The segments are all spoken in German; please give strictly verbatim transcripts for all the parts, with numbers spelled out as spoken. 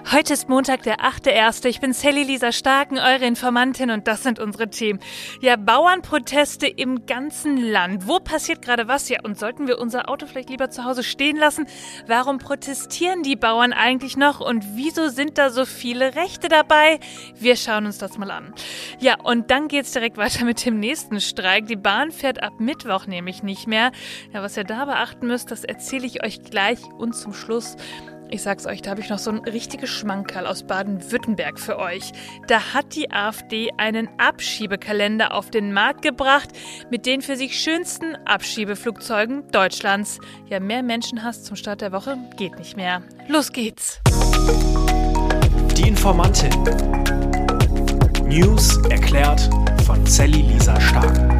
Heute ist Montag, der achte erste Ich bin Sally Lisa Starken, eure Informantin, und das sind unsere Themen. Ja, Bauernproteste im ganzen Land. Wo passiert gerade was? Ja, und sollten wir unser Auto vielleicht lieber zu Hause stehen lassen? Warum protestieren die Bauern eigentlich noch? Und wieso sind da so viele Rechte dabei? Wir schauen uns das mal an. Ja, und dann geht's direkt weiter mit dem nächsten Streik. Die Bahn fährt ab Mittwoch nämlich nicht mehr. Ja, was ihr da beachten müsst, das erzähle ich euch gleich. Und zum Schluss, ich sag's euch, da habe ich noch so ein richtiges Schmankerl aus Baden-Württemberg für euch. Da hat die AfD einen Abschiebekalender auf den Markt gebracht mit den für sich schönsten Abschiebeflugzeugen Deutschlands. Ja, mehr Menschenhass zum Start der Woche geht nicht mehr. Los geht's! Die Informantin. News erklärt von Sally Lisa Starken.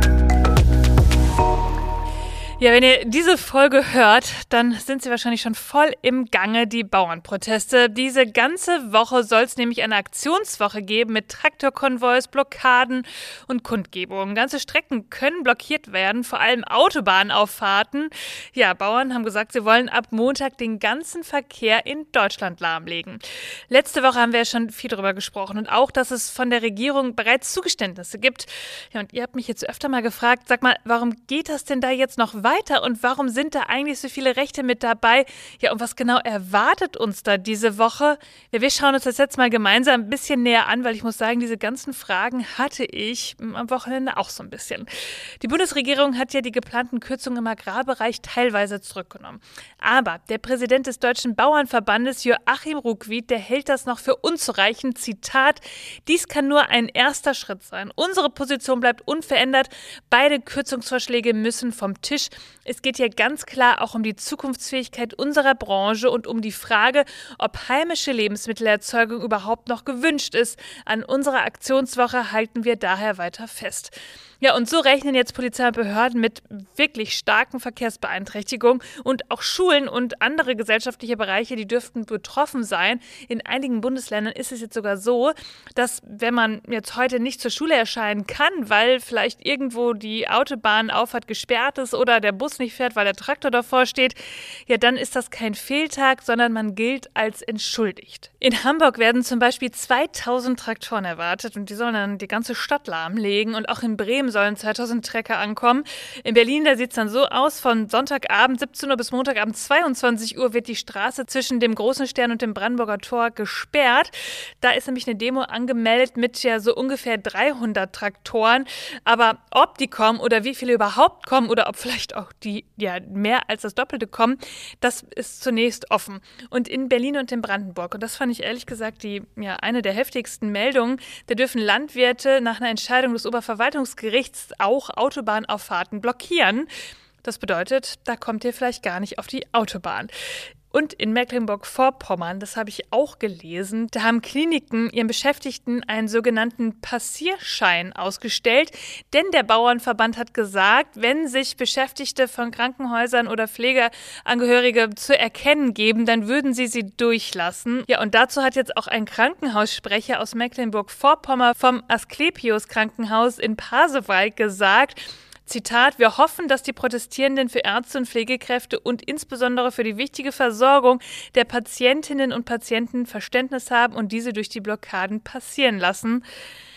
Ja, wenn ihr diese Folge hört, dann sind sie wahrscheinlich schon voll im Gange, die Bauernproteste. Diese ganze Woche soll es nämlich eine Aktionswoche geben mit Traktorkonvois, Blockaden und Kundgebungen. Ganze Strecken können blockiert werden, vor allem Autobahnauffahrten. Ja, Bauern haben gesagt, sie wollen ab Montag den ganzen Verkehr in Deutschland lahmlegen. Letzte Woche haben wir ja schon viel darüber gesprochen und auch, dass es von der Regierung bereits Zugeständnisse gibt. Ja, und ihr habt mich jetzt öfter mal gefragt, sag mal, warum geht das denn da jetzt noch weiter? Weiter und warum sind da eigentlich so viele Rechte mit dabei? Ja, und was genau erwartet uns da diese Woche? Ja, wir schauen uns das jetzt mal gemeinsam ein bisschen näher an, weil ich muss sagen, diese ganzen Fragen hatte ich am Wochenende auch so ein bisschen. Die Bundesregierung hat ja die geplanten Kürzungen im Agrarbereich teilweise zurückgenommen. Aber der Präsident des Deutschen Bauernverbandes, Joachim Ruckwied, der hält das noch für unzureichend. Zitat: Dies kann nur ein erster Schritt sein. Unsere Position bleibt unverändert. Beide Kürzungsvorschläge müssen vom Tisch. Es geht hier ganz klar auch um die Zukunftsfähigkeit unserer Branche und um die Frage, ob heimische Lebensmittelerzeugung überhaupt noch gewünscht ist. An unserer Aktionswoche halten wir daher weiter fest. Ja, und so rechnen jetzt Polizei und Behörden mit wirklich starken Verkehrsbeeinträchtigungen, und auch Schulen und andere gesellschaftliche Bereiche, die dürften betroffen sein. In einigen Bundesländern ist es jetzt sogar so, dass wenn man jetzt heute nicht zur Schule erscheinen kann, weil vielleicht irgendwo die Autobahnauffahrt gesperrt ist oder der Bus nicht fährt, weil der Traktor davor steht, ja, dann ist das kein Fehltag, sondern man gilt als entschuldigt. In Hamburg werden zum Beispiel zweitausend Traktoren erwartet und die sollen dann die ganze Stadt lahmlegen, und auch in Bremen sollen zweitausend Trecker ankommen. In Berlin, da sieht es dann so aus, von Sonntagabend siebzehn Uhr bis Montagabend zweiundzwanzig Uhr wird die Straße zwischen dem Großen Stern und dem Brandenburger Tor gesperrt. Da ist nämlich eine Demo angemeldet mit ja so ungefähr dreihundert Traktoren. Aber ob die kommen oder wie viele überhaupt kommen oder ob vielleicht auch die ja mehr als das Doppelte kommen, das ist zunächst offen. Und in Berlin und in Brandenburg, und das fand ich ehrlich gesagt die ja eine der heftigsten Meldungen, da dürfen Landwirte nach einer Entscheidung des Oberverwaltungsgerichts auch Autobahnauffahrten blockieren. Das bedeutet, da kommt ihr vielleicht gar nicht auf die Autobahn. Und in Mecklenburg-Vorpommern, das habe ich auch gelesen, da haben Kliniken ihren Beschäftigten einen sogenannten Passierschein ausgestellt. Denn der Bauernverband hat gesagt, wenn sich Beschäftigte von Krankenhäusern oder Pflegeangehörige zu erkennen geben, dann würden sie sie durchlassen. Ja, und dazu hat jetzt auch ein Krankenhaussprecher aus Mecklenburg-Vorpommern vom Asklepios-Krankenhaus in Pasewalk gesagt: Zitat: Wir hoffen, dass die Protestierenden für Ärzte und Pflegekräfte und insbesondere für die wichtige Versorgung der Patientinnen und Patienten Verständnis haben und diese durch die Blockaden passieren lassen.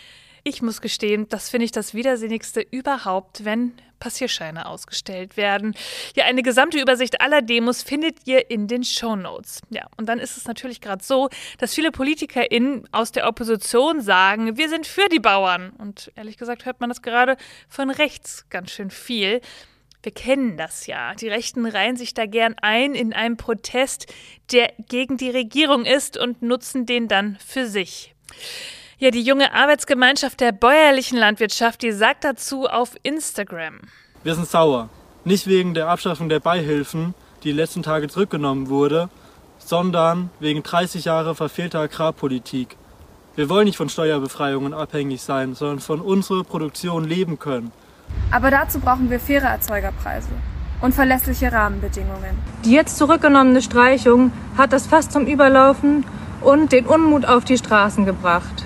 Ich muss gestehen, das finde ich das Widersinnigste überhaupt, wenn Passierscheine ausgestellt werden. Ja, eine gesamte Übersicht aller Demos findet ihr in den Shownotes. Ja, und dann ist es natürlich gerade so, dass viele PolitikerInnen aus der Opposition sagen, wir sind für die Bauern. Und ehrlich gesagt hört man das gerade von rechts ganz schön viel. Wir kennen das ja. Die Rechten reihen sich da gern ein in einem Protest, der gegen die Regierung ist, und nutzen den dann für sich. Ja, die junge Arbeitsgemeinschaft der bäuerlichen Landwirtschaft, die sagt dazu auf Instagram: Wir sind sauer. Nicht wegen der Abschaffung der Beihilfen, die die letzten Tage zurückgenommen wurde, sondern wegen dreißig Jahre verfehlter Agrarpolitik. Wir wollen nicht von Steuerbefreiungen abhängig sein, sondern von unserer Produktion leben können. Aber dazu brauchen wir faire Erzeugerpreise und verlässliche Rahmenbedingungen. Die jetzt zurückgenommene Streichung hat das Fass zum Überlaufen und den Unmut auf die Straßen gebracht.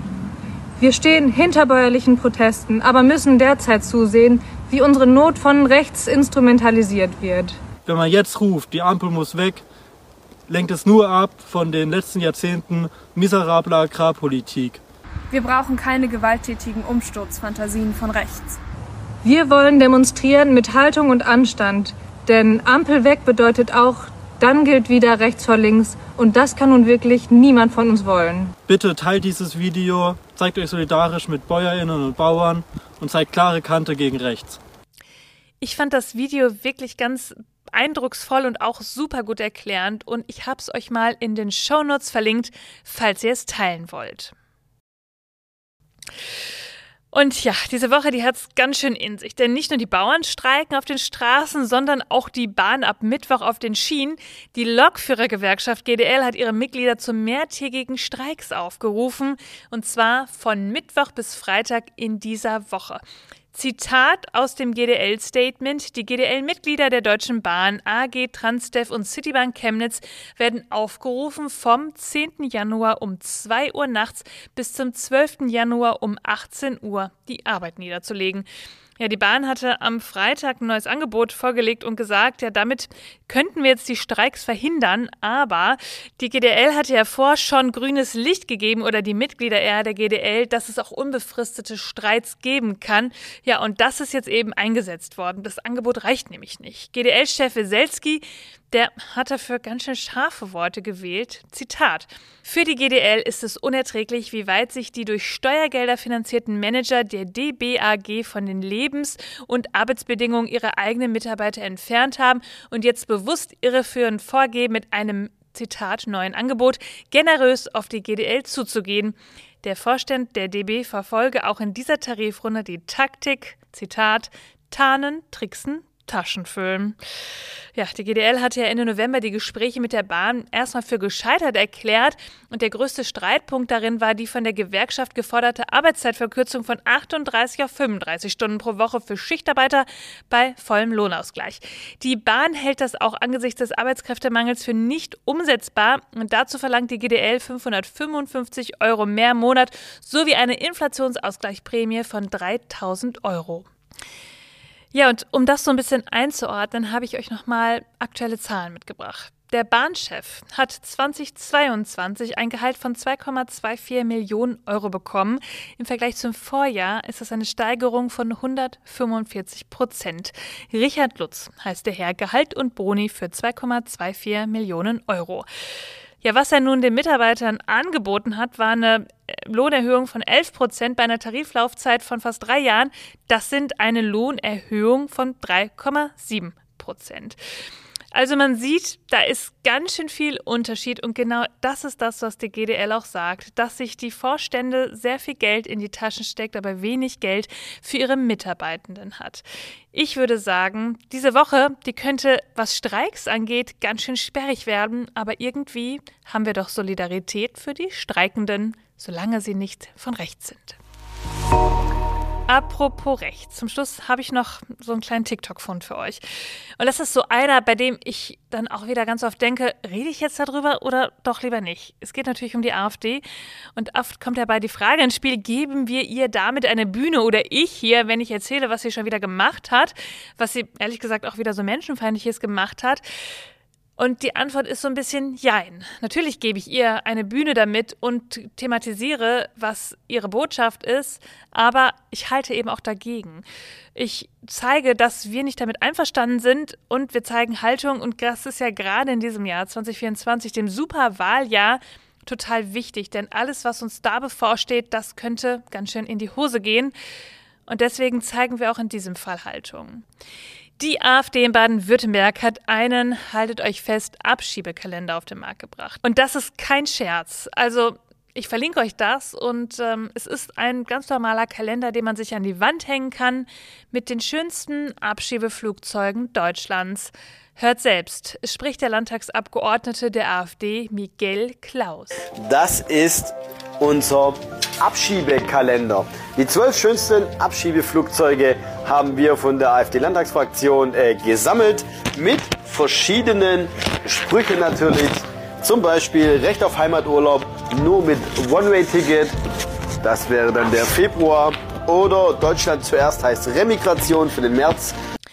Wir stehen hinter bäuerlichen Protesten, aber müssen derzeit zusehen, wie unsere Not von rechts instrumentalisiert wird. Wenn man jetzt ruft, die Ampel muss weg, lenkt es nur ab von den letzten Jahrzehnten miserabler Agrarpolitik. Wir brauchen keine gewalttätigen Umsturzfantasien von rechts. Wir wollen demonstrieren mit Haltung und Anstand, denn Ampel weg bedeutet auch, dann gilt wieder rechts vor links und das kann nun wirklich niemand von uns wollen. Bitte teilt dieses Video, zeigt euch solidarisch mit BäuerInnen und Bauern und zeigt klare Kante gegen rechts. Ich fand das Video wirklich ganz eindrucksvoll und auch super gut erklärend und ich habe es euch mal in den Shownotes verlinkt, falls ihr es teilen wollt. Und ja, diese Woche, die hat es ganz schön in sich, denn nicht nur die Bauern streiken auf den Straßen, sondern auch die Bahn ab Mittwoch auf den Schienen. Die Lokführergewerkschaft G D L hat ihre Mitglieder zu mehrtägigen Streiks aufgerufen, und zwar von Mittwoch bis Freitag in dieser Woche. Zitat aus dem G D L-Statement: Die G D L-Mitglieder der Deutschen Bahn, A G, Transdev und Citybahn Chemnitz werden aufgerufen, vom zehnten Januar um zwei Uhr nachts bis zum zwölften Januar um achtzehn Uhr die Arbeit niederzulegen. Ja, die Bahn hatte am Freitag ein neues Angebot vorgelegt und gesagt, ja, damit könnten wir jetzt die Streiks verhindern, aber die G D L hatte ja vor schon grünes Licht gegeben, oder die Mitglieder eher der G D L, dass es auch unbefristete Streits geben kann. Ja, und das ist jetzt eben eingesetzt worden. Das Angebot reicht nämlich nicht. G D L-Chef Weselski, der hat dafür ganz schön scharfe Worte gewählt. Zitat: Für die G D L ist es unerträglich, wie weit sich die durch Steuergelder finanzierten Manager der D B A G von den Lebens- und Arbeitsbedingungen ihrer eigenen Mitarbeiter entfernt haben und jetzt bewusst irreführend vorgehen, mit einem, Zitat, neuen Angebot generös auf die G D L zuzugehen. Der Vorstand der D B verfolge auch in dieser Tarifrunde die Taktik, Zitat, tarnen, tricksen, Taschen füllen. Ja, die G D L hatte ja Ende November die Gespräche mit der Bahn erstmal für gescheitert erklärt und der größte Streitpunkt darin war die von der Gewerkschaft geforderte Arbeitszeitverkürzung von achtunddreißig auf fünfunddreißig Stunden pro Woche für Schichtarbeiter bei vollem Lohnausgleich. Die Bahn hält das auch angesichts des Arbeitskräftemangels für nicht umsetzbar und dazu verlangt die G D L fünfhundertfünfundfünfzig Euro mehr im Monat sowie eine Inflationsausgleichsprämie von dreitausend Euro. Ja, und um das so ein bisschen einzuordnen, habe ich euch nochmal aktuelle Zahlen mitgebracht. Der Bahnchef hat zweitausendzweiundzwanzig ein Gehalt von zwei Komma vierundzwanzig Millionen Euro bekommen. Im Vergleich zum Vorjahr ist das eine Steigerung von hundertfünfundvierzig Prozent. Richard Lutz heißt der Herr, Gehalt und Boni für zwei Komma vierundzwanzig Millionen Euro. Ja, was er nun den Mitarbeitern angeboten hat, war eine Lohnerhöhung von elf Prozent bei einer Tariflaufzeit von fast drei Jahren. Das sind eine Lohnerhöhung von drei Komma sieben Prozent. Also man sieht, da ist ganz schön viel Unterschied und genau das ist das, was die G D L auch sagt, dass sich die Vorstände sehr viel Geld in die Taschen steckt, aber wenig Geld für ihre Mitarbeitenden hat. Ich würde sagen, diese Woche, die könnte, was Streiks angeht, ganz schön sperrig werden, aber irgendwie haben wir doch Solidarität für die Streikenden, solange sie nicht von rechts sind. Apropos rechts, zum Schluss habe ich noch so einen kleinen TikTok-Fund für euch. Und das ist so einer, bei dem ich dann auch wieder ganz oft denke, rede ich jetzt darüber oder doch lieber nicht? Es geht natürlich um die AfD und oft kommt dabei die Frage ins Spiel, geben wir ihr damit eine Bühne oder ich hier, wenn ich erzähle, was sie schon wieder gemacht hat, was sie ehrlich gesagt auch wieder so Menschenfeindliches gemacht hat? Und die Antwort ist so ein bisschen jein. Natürlich gebe ich ihr eine Bühne damit und thematisiere, was ihre Botschaft ist, aber ich halte eben auch dagegen. Ich zeige, dass wir nicht damit einverstanden sind und wir zeigen Haltung und das ist ja gerade in diesem Jahr zwanzig vierundzwanzig, dem Superwahljahr, total wichtig, denn alles, was uns da bevorsteht, das könnte ganz schön in die Hose gehen und deswegen zeigen wir auch in diesem Fall Haltung. Die AfD in Baden-Württemberg hat einen, haltet euch fest, Abschiebekalender auf den Markt gebracht. Und das ist kein Scherz. Also ich verlinke euch das und ähm, es ist ein ganz normaler Kalender, den man sich an die Wand hängen kann mit den schönsten Abschiebeflugzeugen Deutschlands. Hört selbst, es spricht der Landtagsabgeordnete der AfD, Miguel Klaus. Das ist unser Abschiebekalender. Die zwölf schönsten Abschiebeflugzeuge haben wir von der AfD-Landtagsfraktion äh, gesammelt, mit verschiedenen Sprüchen natürlich. Zum Beispiel Recht auf Heimaturlaub nur mit One-Way-Ticket, das wäre dann der Februar. Oder Deutschland zuerst heißt Remigration für den März.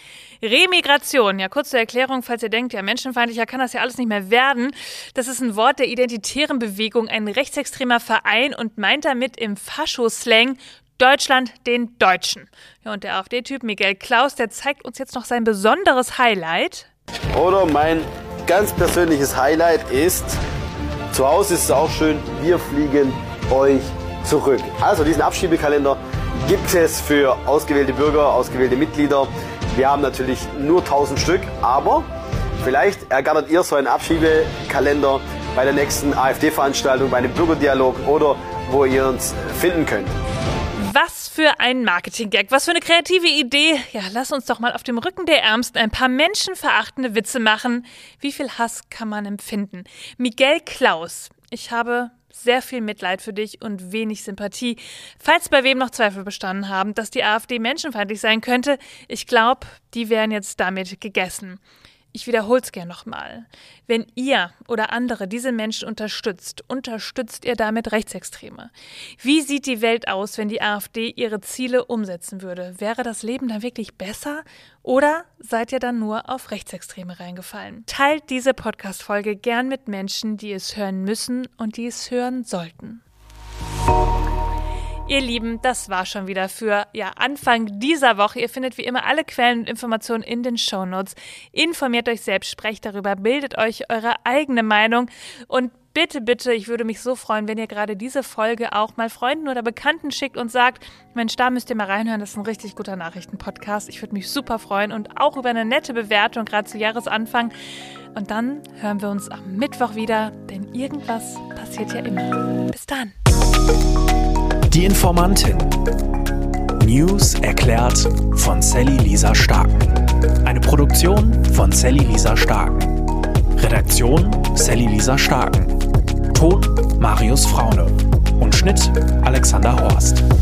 Remigration, ja kurz zur Erklärung, falls ihr denkt, ja menschenfeindlicher kann das ja alles nicht mehr werden. Das ist ein Wort der identitären Bewegung, ein rechtsextremer Verein und meint damit im Fascho-Slang Deutschland den Deutschen. Ja, und der AfD-Typ Miguel Klaus, der zeigt uns jetzt noch sein besonderes Highlight. Oder mein ganz persönliches Highlight ist, zu Hause ist es auch schön, wir fliegen euch zurück. Also diesen Abschiebekalender gibt es für ausgewählte Bürger, ausgewählte Mitglieder. Wir haben natürlich nur tausend Stück, aber vielleicht ergattert ihr so einen Abschiebekalender bei der nächsten AfD-Veranstaltung, bei einem Bürgerdialog oder wo ihr uns finden könnt. Was für ein Marketing-Gag, was für eine kreative Idee. Ja, lass uns doch mal auf dem Rücken der Ärmsten ein paar menschenverachtende Witze machen. Wie viel Hass kann man empfinden? Miguel Klaus, ich habe sehr viel Mitleid für dich und wenig Sympathie. Falls bei wem noch Zweifel bestanden haben, dass die AfD menschenfeindlich sein könnte, ich glaube, die wären jetzt damit gegessen. Ich wiederhole es gern nochmal. Wenn ihr oder andere diese Menschen unterstützt, unterstützt ihr damit Rechtsextreme. Wie sieht die Welt aus, wenn die AfD ihre Ziele umsetzen würde? Wäre das Leben dann wirklich besser? Oder seid ihr dann nur auf Rechtsextreme reingefallen? Teilt diese Podcast-Folge gern mit Menschen, die es hören müssen und die es hören sollten. Ihr Lieben, das war schon wieder für ja, Anfang dieser Woche. Ihr findet wie immer alle Quellen und Informationen in den Shownotes. Informiert euch selbst, sprecht darüber, bildet euch eure eigene Meinung und bitte, bitte, ich würde mich so freuen, wenn ihr gerade diese Folge auch mal Freunden oder Bekannten schickt und sagt, Mensch, da müsst ihr mal reinhören, das ist ein richtig guter Nachrichtenpodcast. Ich würde mich super freuen und auch über eine nette Bewertung, gerade zu Jahresanfang. Und dann hören wir uns am Mittwoch wieder, denn irgendwas passiert ja immer. Bis dann. Die Informantin. News erklärt von Sally Lisa Starken. Eine Produktion von Sally Lisa Starken. Redaktion Sally Lisa Starken. Ton Marius Fraune. Und Schnitt Alexander Horst.